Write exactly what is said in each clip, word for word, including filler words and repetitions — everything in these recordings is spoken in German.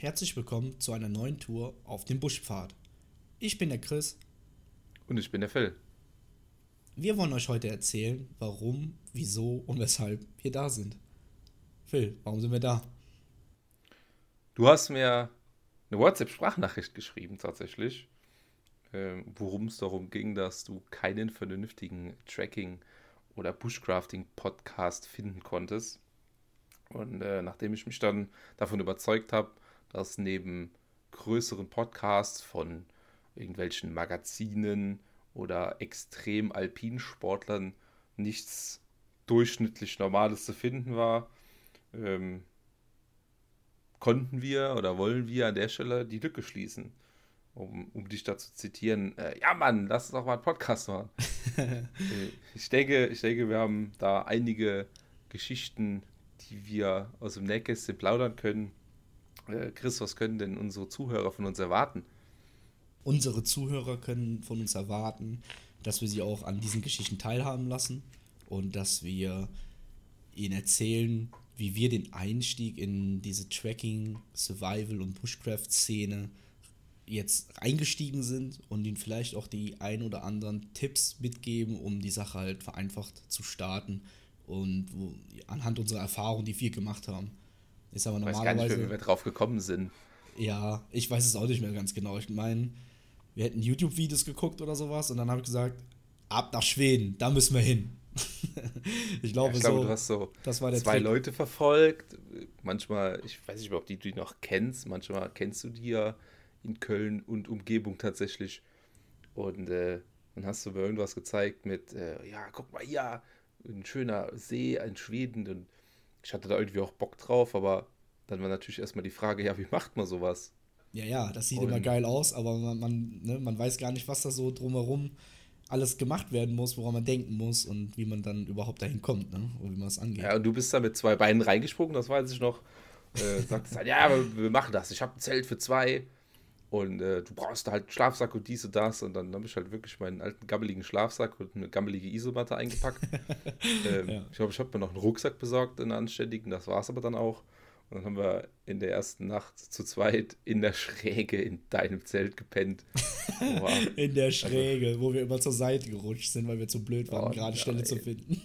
herzlich willkommen zu einer neuen Tour auf dem Buschpfad. Ich bin der Chris. Und ich bin der Phil. Wir wollen euch heute erzählen, warum, wieso und weshalb wir da sind. Phil, warum sind wir da? Du hast mir eine WhatsApp-Sprachnachricht geschrieben, tatsächlich, ähm, worum es darum ging, dass du keinen vernünftigen Tracking- oder Bushcrafting-Podcast finden konntest. Und äh, nachdem ich mich dann davon überzeugt habe, dass neben größeren Podcasts von irgendwelchen Magazinen oder extrem alpinen Sportlern nichts durchschnittlich Normales zu finden war, ähm, konnten wir oder wollen wir an der Stelle die Lücke schließen. Um, um dich da zu zitieren, äh, ja Mann, lass uns doch mal einen Podcast machen. Äh, ich denke, ich denke, wir haben da einige Geschichten, die wir aus dem Nähkästchen plaudern können. Äh, Chris, was können denn unsere Zuhörer von uns erwarten? Unsere Zuhörer können von uns erwarten, dass wir sie auch an diesen Geschichten teilhaben lassen und dass wir ihnen erzählen, wie wir den Einstieg in diese Tracking, Survival und Bushcraft-Szene jetzt eingestiegen sind und ihnen vielleicht auch die ein oder anderen Tipps mitgeben, um die Sache halt vereinfacht zu starten und wo, anhand unserer Erfahrungen, die wir gemacht haben. Ist aber Ich weiß gar nicht mehr, wie normalerweise, wir drauf gekommen sind. ja, ich weiß es auch nicht mehr ganz genau. Ich meine, wir hätten YouTube-Videos geguckt oder sowas und dann habe ich gesagt, ab nach Schweden, da müssen wir hin. Ich Ja, glaube ich glaube, du so, hast so das war der zwei Trick. Leute verfolgt. Manchmal, ich weiß nicht, ob die du noch kennst. Manchmal kennst du die ja in Köln und Umgebung tatsächlich. Und äh, dann hast du mir irgendwas gezeigt mit, äh, ja, guck mal hier, ein schöner See in Schweden. Und ich hatte da irgendwie auch Bock drauf, aber dann war natürlich erstmal die Frage, ja, wie macht man sowas? Ja, ja, das sieht immer Und geil aus, aber man, man, ne, man weiß gar nicht, was da so drumherum alles gemacht werden muss, woran man denken muss und wie man dann überhaupt dahin kommt, ne? Oder wie man es angeht. ja, und du bist da mit zwei Beinen reingesprungen, das weiß ich noch. Äh, sagst halt, ja, aber wir machen das. Ich habe ein Zelt für zwei. Und äh, du brauchst halt einen Schlafsack und dies und das. Und dann habe ich halt wirklich meinen alten gammeligen Schlafsack und eine gammelige Isomatte eingepackt. Ähm, Ja. ich glaube, ich habe mir noch einen Rucksack besorgt, einen anständigen. Das war es aber dann auch. Und dann haben wir in der ersten Nacht zu zweit in der Schräge in deinem Zelt gepennt. Boah, In der also, Schräge, wo wir immer zur Seite gerutscht sind, weil wir zu blöd waren, oh gerade Stelle zu nein. finden.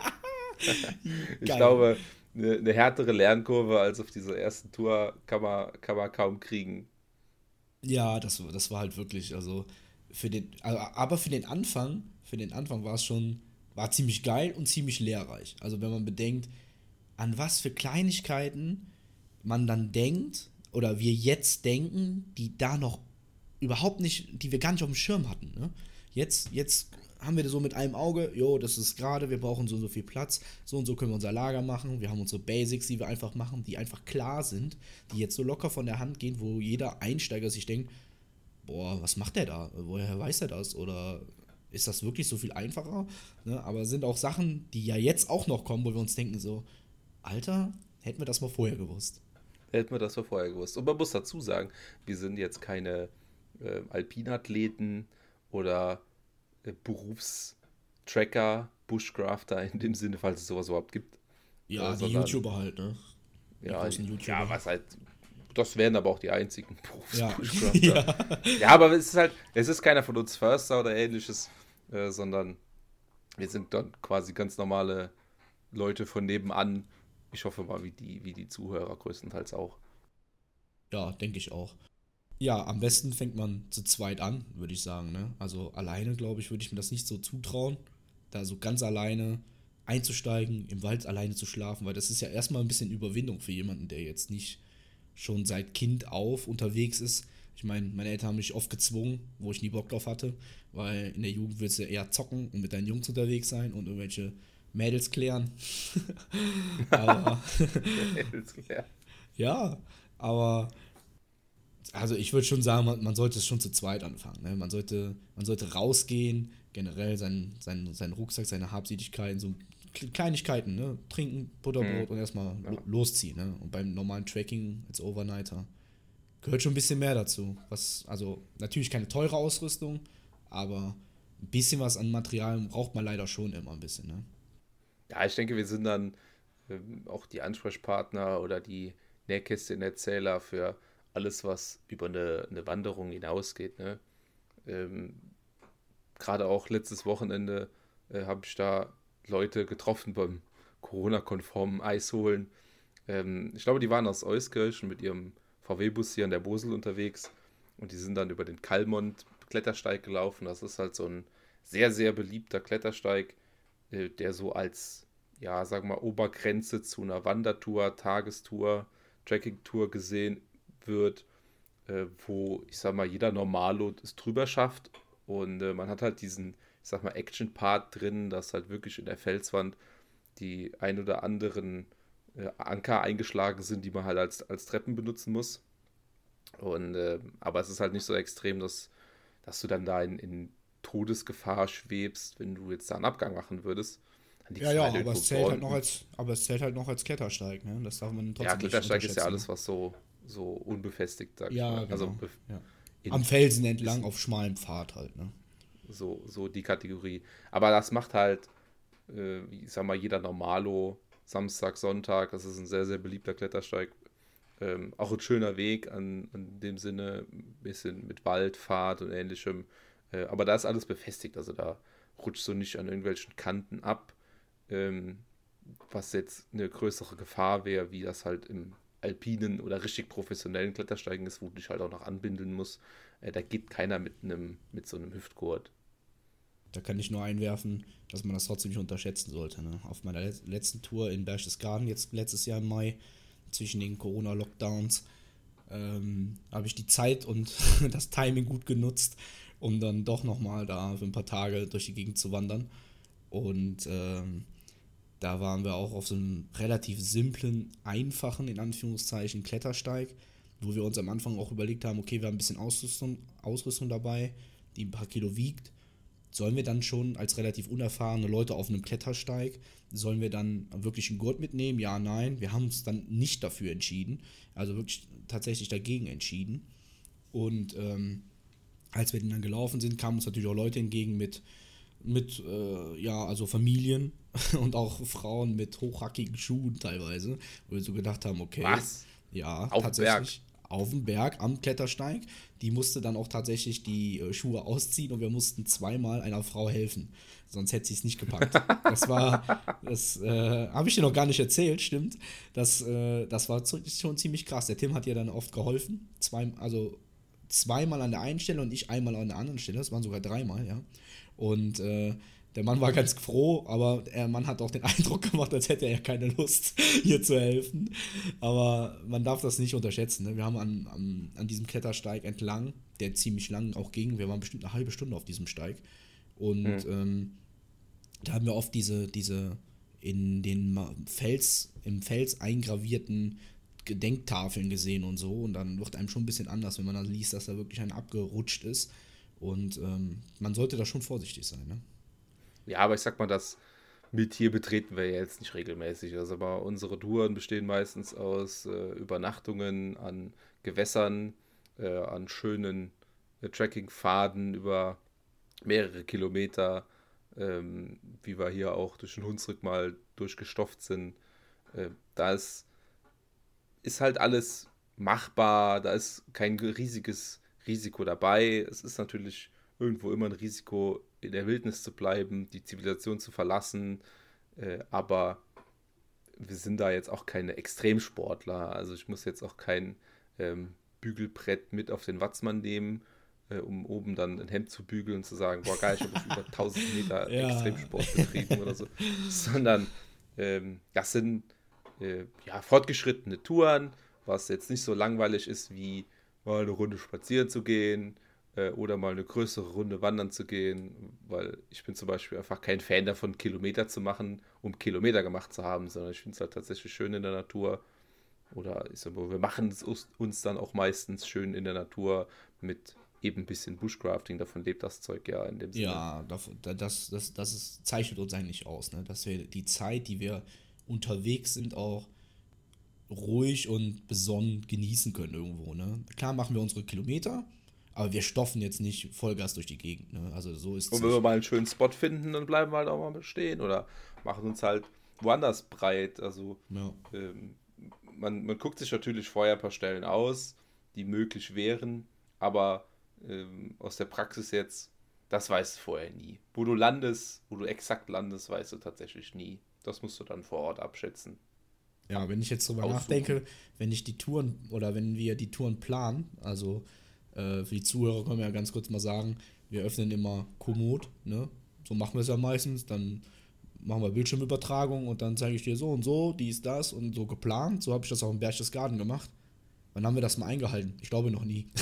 Ich Geil. glaube, eine, eine härtere Lernkurve als auf dieser ersten Tour kann man, kann man kaum kriegen. Ja, das, das war halt wirklich, also für den, also, aber für den Anfang, für den Anfang war es schon, war ziemlich geil und ziemlich lehrreich. Also wenn man bedenkt, an was für Kleinigkeiten man dann denkt oder wir jetzt denken, die da noch überhaupt nicht, die wir gar nicht auf dem Schirm hatten. Ne? Jetzt, jetzt haben wir das so mit einem Auge, jo, das ist gerade, wir brauchen so und so viel Platz, so und so können wir unser Lager machen, wir haben unsere Basics, die wir einfach machen, die einfach klar sind, die jetzt so locker von der Hand gehen, wo jeder Einsteiger sich denkt, boah, was macht der da? Woher weiß er das? Oder ist das wirklich so viel einfacher? Ne? Aber sind auch Sachen, die ja jetzt auch noch kommen, wo wir uns denken so, Alter, hätten wir das mal vorher gewusst. Hätten wir das mal vorher gewusst. Und man muss dazu sagen, wir sind jetzt keine äh, Alpinathleten oder äh, Berufstracker, Bushcrafter in dem Sinne, falls es sowas überhaupt gibt, äh, Ja, die sondern YouTuber halt, ne? Die ja, großen ja, YouTuber. was halt, das wären aber auch die einzigen Ja, Berufs-Bushcrafter. ja. Ja, aber es ist halt, es ist keiner von uns Förster oder ähnliches, äh, sondern wir sind dann quasi ganz normale Leute von nebenan. Ich hoffe mal, wie die, wie die Zuhörer größtenteils auch. Ja, denke ich auch. Ja, am besten fängt man zu zweit an, würde ich sagen, ne? Also alleine, glaube ich, würde ich mir das nicht so zutrauen, da so ganz alleine einzusteigen, im Wald alleine zu schlafen, weil das ist ja erstmal ein bisschen Überwindung für jemanden, der jetzt nicht schon seit Kind auf unterwegs ist. Ich meine, meine Eltern haben mich oft gezwungen, wo ich nie Bock drauf hatte, weil in der Jugend willst du eher zocken und mit deinen Jungs unterwegs sein und irgendwelche Mädels klären. Aber Ja. ja, aber also ich würde schon sagen, man, man sollte es schon zu zweit anfangen. Ne? Man, sollte, man sollte rausgehen, generell seinen, seinen, seinen Rucksack, seine Habseligkeiten, so Kleinigkeiten, ne? Trinken, Hm. Butterbrot und erstmal Ja. lo- losziehen. Ne? Und beim normalen Tracking als Overnighter gehört schon ein bisschen mehr dazu. Was, also natürlich keine teure Ausrüstung, aber ein bisschen was an Material braucht man leider schon immer ein bisschen. Ne? Ja, ich denke, wir sind dann ähm, auch die Ansprechpartner oder die Nähkästchenerzähler für alles, was über eine, eine Wanderung hinausgeht. Ne? Ähm, Gerade auch letztes Wochenende äh, habe ich da Leute getroffen beim Corona-konformen Eis holen. Ähm, ich glaube, die waren aus Euskirchen mit ihrem V W-Bus hier an der Mosel unterwegs und die sind dann über den Kallmond-Klettersteig gelaufen. Das ist halt so ein sehr, sehr beliebter Klettersteig, äh, der so als, ja, sagen wir mal, Obergrenze zu einer Wandertour, Tagestour, Trekkingtour gesehen wird, äh, wo, ich sag mal, jeder Normalo es drüber schafft und äh, man hat halt diesen, ich sag mal, Action-Part drin, dass halt wirklich in der Felswand die ein oder anderen äh, Anker eingeschlagen sind, die man halt als, als Treppen benutzen muss. Und, äh, aber es ist halt nicht so extrem, dass, dass du dann da in, in Todesgefahr schwebst, wenn du jetzt da einen Abgang machen würdest. Dann Ja, liegst du ja, halt aber irgendwo es im zählt halt noch Norden. als, aber es zählt halt noch als Klettersteig, ne? Das darf man Ja, trotzdem nicht Klettersteig ist ja unterschätzen. alles, was so, so unbefestigt, sag ich mal. Ja, Also genau. Ja. Am in Felsen entlang ist auf schmalem Pfad halt, ne? so, so die Kategorie. Aber das macht halt, äh, ich sag mal, jeder Normalo, Samstag, Sonntag, das ist ein sehr, sehr beliebter Klettersteig. Ähm, auch ein schöner Weg an, an dem Sinne, ein bisschen mit Waldfahrt und ähnlichem. Äh, aber da ist alles befestigt, also da rutschst du nicht an irgendwelchen Kanten ab, ähm, was jetzt eine größere Gefahr wäre, wie das halt im alpinen oder richtig professionellen Klettersteigen ist, wo du dich halt auch noch anbinden musst. Äh, da geht keiner mit einem, mit so einem Hüftgurt. Da kann ich nur einwerfen, dass man das trotzdem nicht unterschätzen sollte, ne? Auf meiner let- letzten Tour in Berchtesgaden, jetzt letztes Jahr im Mai, zwischen den Corona-Lockdowns, ähm, habe ich die Zeit und das Timing gut genutzt, um dann doch nochmal da für ein paar Tage durch die Gegend zu wandern. Und ähm, da waren wir auch auf so einem relativ simplen, einfachen, in Anführungszeichen, Klettersteig, wo wir uns am Anfang auch überlegt haben, okay, wir haben ein bisschen Ausrüstung, Ausrüstung dabei, die ein paar Kilo wiegt. Sollen wir dann schon als relativ unerfahrene Leute auf einem Klettersteig, sollen wir dann wirklich einen Gurt mitnehmen? Ja, nein. Wir haben uns dann nicht dafür entschieden, also wirklich tatsächlich dagegen entschieden. Und ähm, als wir den dann gelaufen sind, kamen uns natürlich auch Leute entgegen mit, mit äh, ja, also Familien und auch Frauen mit hochhackigen Schuhen teilweise, wo wir so gedacht haben, okay, Was? ja, Auf dem Berg? tatsächlich auf dem Berg am Klettersteig. Die musste dann auch tatsächlich die äh, Schuhe ausziehen und wir mussten zweimal einer Frau helfen. Sonst hätte sie es nicht gepackt. Das war, das äh, habe ich dir noch gar nicht erzählt, stimmt. Das, äh, das war zu, schon ziemlich krass. Der Tim hat ihr dann oft geholfen. Zwei, also zweimal an der einen Stelle und ich einmal an der anderen Stelle. Das waren sogar dreimal, ja. Und äh, der Mann war ganz froh, aber der Mann hat auch den Eindruck gemacht, als hätte er keine Lust, ihr zu helfen. Aber man darf das nicht unterschätzen. Ne? Wir haben an, an, an diesem Klettersteig entlang, der ziemlich lang auch ging, wir waren bestimmt eine halbe Stunde auf diesem Steig. Und Hm. ähm, da haben wir oft diese, diese in den Fels, im Fels eingravierten Gedenktafeln gesehen und so. Und dann wird einem schon ein bisschen anders, wenn man dann liest, dass da wirklich einer abgerutscht ist. Und ähm, man sollte da schon vorsichtig sein. Ne? Ja, aber ich sag mal, das Metier betreten wir ja jetzt nicht regelmäßig. Also aber unsere Touren bestehen meistens aus äh, Übernachtungen an Gewässern, äh, an schönen äh, Trekkingpfaden über mehrere Kilometer, ähm, wie wir hier auch durch den Hunsrück mal durchgestofft sind. Äh, da ist, ist halt alles machbar, da ist kein riesiges Risiko dabei. Es ist natürlich irgendwo immer ein Risiko, in der Wildnis zu bleiben, die Zivilisation zu verlassen, äh, aber wir sind da jetzt auch keine Extremsportler. Also ich muss jetzt auch kein ähm, Bügelbrett mit auf den Watzmann nehmen, äh, um oben dann ein Hemd zu bügeln und zu sagen, boah geil, ich habe jetzt über tausend Meter Ja. Extremsport betrieben oder so. Sondern ähm, das sind äh, ja, fortgeschrittene Touren, was jetzt nicht so langweilig ist, wie mal eine Runde spazieren zu gehen äh, oder mal eine größere Runde wandern zu gehen, weil ich bin zum Beispiel einfach kein Fan davon, Kilometer zu machen, um Kilometer gemacht zu haben, sondern ich finde es halt tatsächlich schön in der Natur. Oder ich sag mal, wir machen es uns uns dann auch meistens schön in der Natur mit eben ein bisschen Bushcrafting, davon lebt das Zeug ja in dem Sinne. Ja, das, das, das, das ist, zeichnet uns eigentlich aus, ne? Dass wir die Zeit, die wir unterwegs sind, auch ruhig und besonnen genießen können irgendwo. Ne? Klar machen wir unsere Kilometer, aber wir stoffen jetzt nicht Vollgas durch die Gegend. Ne? Also so ist es Und wenn wir nicht. mal einen schönen Spot finden, dann bleiben wir halt auch mal stehen oder machen uns halt woanders breit. Also Ja. ähm, man, man guckt sich natürlich vorher ein paar Stellen aus, die möglich wären, aber ähm, aus der Praxis jetzt, das weißt du vorher nie. Wo du landest, wo du exakt landest, weißt du tatsächlich nie. Das musst du dann vor Ort abschätzen, Ja, wenn ich jetzt drüber aussuchen. nachdenke, wenn ich die Touren oder wenn wir die Touren planen, also äh, für die Zuhörer können wir ja ganz kurz mal sagen, wir öffnen immer Komoot, ne? So machen wir es ja meistens, dann machen wir Bildschirmübertragung und dann zeige ich dir so und so, dies, das und so geplant. So habe ich das auch im Berchtesgaden gemacht. Wann haben wir das mal eingehalten? Ich glaube noch nie.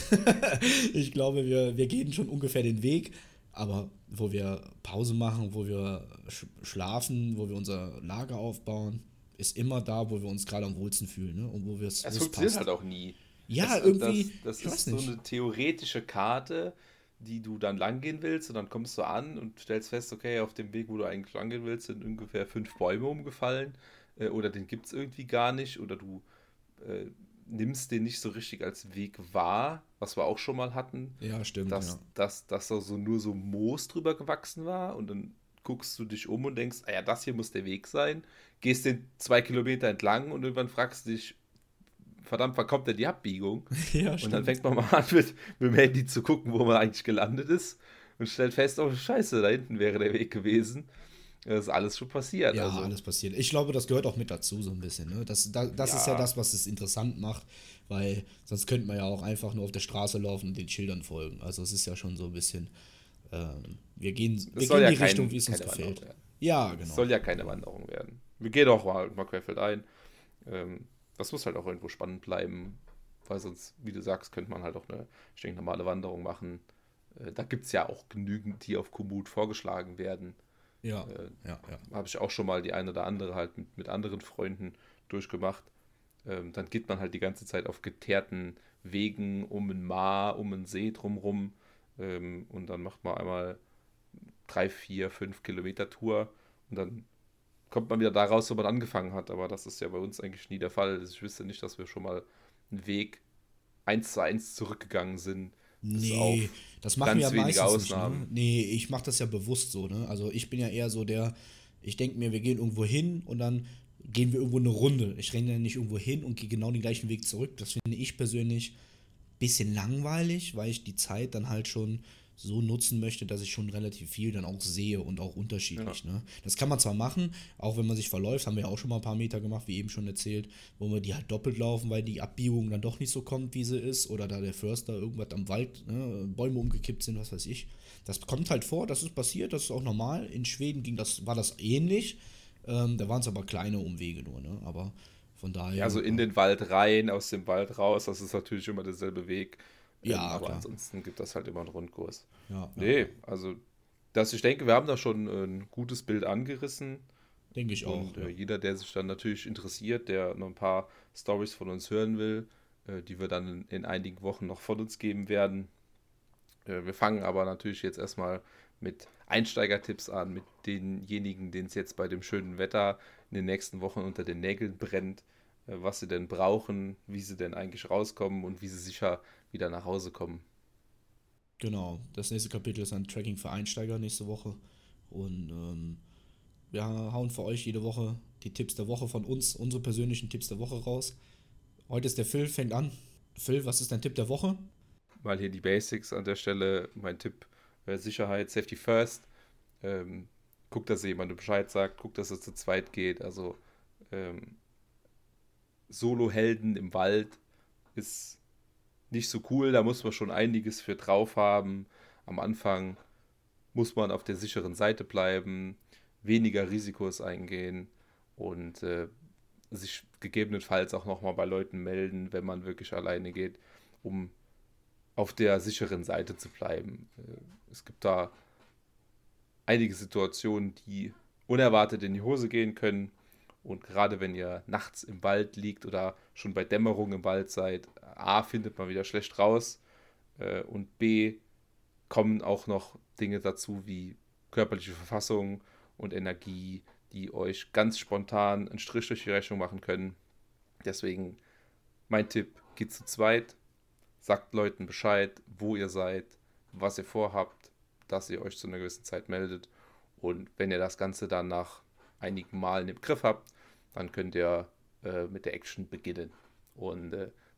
Ich glaube, wir, wir gehen schon ungefähr den Weg, aber wo wir Pause machen, wo wir sch schlafen, wo wir unser Lager aufbauen, ist immer da, wo wir uns gerade am wohlsten fühlen, ne? Und wo wir es, Es wo es funktioniert passt. halt auch nie. Ja, Es, irgendwie, das, das ich weiß ist so nicht. eine theoretische Karte, die du dann langgehen willst und dann kommst du an und stellst fest, okay, auf dem Weg, wo du eigentlich langgehen willst, sind ungefähr fünf Bäume umgefallen äh, oder den gibt es irgendwie gar nicht oder du äh, nimmst den nicht so richtig als Weg wahr, was wir auch schon mal hatten, Ja, stimmt, ja. dass, dass, dass da so nur so Moos drüber gewachsen war und dann guckst du dich um und denkst, ah ja, das hier muss der Weg sein, gehst den zwei Kilometer entlang und irgendwann fragst du dich, verdammt, wann kommt denn die Abbiegung? Ja, Und dann stimmt. fängt man mal an, mit, mit dem Handy zu gucken, wo man eigentlich gelandet ist und stellt fest, oh scheiße, da hinten wäre der Weg gewesen. Das ist alles schon passiert, Ja, also alles passiert. Ich glaube, das gehört auch mit dazu, so ein bisschen. Ne? Das, da, das ist ja ja, das, was es interessant macht, weil sonst könnte man ja auch einfach nur auf der Straße laufen und den Schildern folgen. Also es ist ja schon so ein bisschen, ähm, wir gehen, es wir soll gehen in ja die Richtung, kein, wie es uns keine Wanderung gefällt. werden. Ja, Es genau. soll ja keine Wanderung werden. Wir gehen auch mal, mal querfeld ein. Ähm, das muss halt auch irgendwo spannend bleiben, weil sonst, wie du sagst, könnte man halt auch eine stinknormale Wanderung machen. Äh, da gibt es ja auch genügend, die auf Komoot vorgeschlagen werden. Ja, Äh, ja, ja. Habe ich auch schon mal die eine oder andere halt mit, mit anderen Freunden durchgemacht. Ähm, dann geht man halt die ganze Zeit auf geteerten Wegen um ein Maar, um einen See drumrum. Ähm, und dann macht man einmal drei, vier, fünf Kilometer Tour und dann kommt man wieder da raus, wo man angefangen hat. Aber das ist ja bei uns eigentlich nie der Fall. Also ich wüsste nicht, dass wir schon mal einen Weg eins zu eins zurückgegangen sind, bis Nee, auf das machen wir ja ganz wenige meistens nicht, ne? Ausnahmen. Nee, ich mache das ja bewusst so, ne? Also ich bin ja eher so der, ich denke mir, wir gehen irgendwo hin und dann gehen wir irgendwo eine Runde. Ich renne ja nicht irgendwo hin und gehe genau den gleichen Weg zurück. Das finde ich persönlich bisschen langweilig, weil ich die Zeit dann halt schon so nutzen möchte, dass ich schon relativ viel dann auch sehe und auch Ja. unterschiedlich. Ne? Das kann man zwar machen, auch wenn man sich verläuft, haben wir ja auch schon mal ein paar Meter gemacht, wie eben schon erzählt, wo wir die halt doppelt laufen, weil die Abbiegung dann doch nicht so kommt, wie sie ist, oder da der Förster irgendwas am Wald, ne, Bäume umgekippt sind, was weiß ich. Das kommt halt vor, das ist passiert, das ist auch normal. In Schweden ging das, war das ähnlich. Ähm, da waren es aber kleine Umwege nur, ne? Aber von Ja, so daher, in ja, den Wald rein, aus dem Wald raus, das ist natürlich immer derselbe Weg. Ähm, ja aber klar. ansonsten gibt das halt immer einen Rundkurs. Ja, ja, ja. Nee, also das, ich denke, wir haben da schon ein gutes Bild angerissen. Denke ich auch, Und äh, ja. jeder, der sich dann natürlich interessiert, der noch ein paar Stories von uns hören will, äh, die wir dann in, in einigen Wochen noch von uns geben werden. Äh, wir fangen aber natürlich jetzt erstmal mit Einsteigertipps an, mit denjenigen, denen es jetzt bei dem schönen Wetter in den nächsten Wochen unter den Nägeln brennt, äh, was sie denn brauchen, wie sie denn eigentlich rauskommen und wie sie sicher wieder nach Hause kommen. Genau, das nächste Kapitel ist ein Tracking für Einsteiger nächste Woche. Und ähm, wir hauen für euch jede Woche die Tipps der Woche von uns, unsere persönlichen Tipps der Woche raus. Heute ist der Phil, fängt an. Phil, was ist dein Tipp der Woche? Mal hier die Basics an der Stelle. Mein Tipp: äh, Sicherheit, Safety First. Ähm, Guckt, dass ihr jemandem Bescheid sagt, guckt, dass es zu zweit geht. Also ähm, Solo-Helden im Wald ist nicht so cool, da muss man schon einiges für drauf haben. Am Anfang muss man auf der sicheren Seite bleiben, weniger Risikos eingehen und äh, sich gegebenenfalls auch nochmal bei Leuten melden, wenn man wirklich alleine geht, um auf der sicheren Seite zu bleiben. Äh, es gibt da einige Situationen, die unerwartet in die Hose gehen können. Und gerade wenn ihr nachts im Wald liegt oder schon bei Dämmerung im Wald seid, A, findet man wieder schlecht raus äh, und B, kommen auch noch Dinge dazu wie körperliche Verfassung und Energie, die euch ganz spontan einen Strich durch die Rechnung machen können. Deswegen mein Tipp, geht zu zweit, sagt Leuten Bescheid, wo ihr seid, was ihr vorhabt, dass ihr euch zu einer gewissen Zeit meldet. Und wenn ihr das Ganze dann nach einigen Malen im Griff habt, dann könnt ihr äh, mit der Action beginnen. Und äh,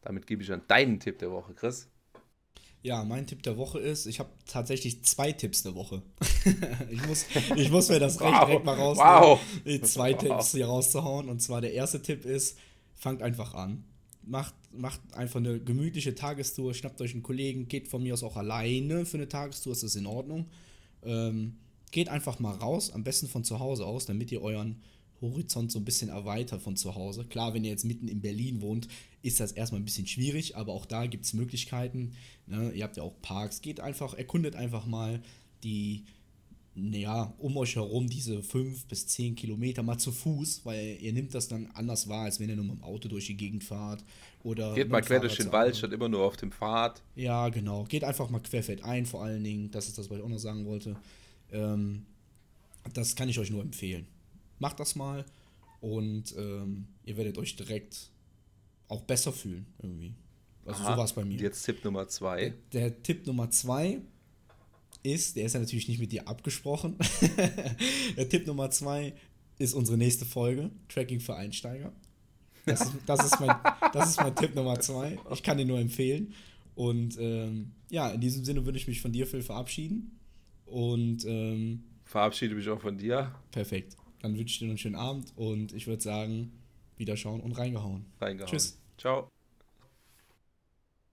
damit gebe ich an deinen Tipp der Woche, Chris. Ja, mein Tipp der Woche ist, ich habe tatsächlich zwei Tipps der Woche. ich, muss, ich muss mir das Recht Wow. direkt mal rausnehmen, Wow. die zwei Wow. Tipps hier rauszuhauen. Und zwar der erste Tipp ist, fangt einfach an. Macht, macht einfach eine gemütliche Tagestour, schnappt euch einen Kollegen, geht von mir aus auch alleine für eine Tagestour, ist das in Ordnung. Ähm, geht einfach mal raus, am besten von zu Hause aus, damit ihr euren Horizont so ein bisschen erweitert von zu Hause. Klar, wenn ihr jetzt mitten in Berlin wohnt, ist das erstmal ein bisschen schwierig, aber auch da gibt es Möglichkeiten. Ne? Ihr habt ja auch Parks, geht einfach, erkundet einfach mal die, ja, um euch herum diese fünf bis zehn Kilometer mal zu Fuß, weil ihr nimmt das dann anders wahr, als wenn ihr nur mit dem Auto durch die Gegend fahrt. Oder Geht mit mal dem quer Fahrrad durch den zur Wald, Arbeit. statt immer nur auf dem Pfad. Ja, genau. Geht einfach mal querfeldein vor allen Dingen. Das ist das, was ich auch noch sagen wollte. Ähm, das kann ich euch nur empfehlen. Macht das mal und ähm, ihr werdet euch direkt auch besser fühlen irgendwie. Also so Aha. war es bei mir. Und jetzt Tipp Nummer zwei. Der, der Tipp Nummer zwei ist, der ist ja natürlich nicht mit dir abgesprochen. Der Tipp Nummer zwei ist unsere nächste Folge, Tracking für Einsteiger. Das ist, das ist, mein, das ist mein Tipp Nummer zwei. Ich kann den nur empfehlen. Und ähm, ja, in diesem Sinne würde ich mich von dir, Phil, verabschieden. Und ähm, Verabschiede mich auch von dir. perfekt. Dann wünsche ich dir noch einen schönen Abend und ich würde sagen, wieder schauen und reingehauen. Reingehauen. Tschüss. Ciao.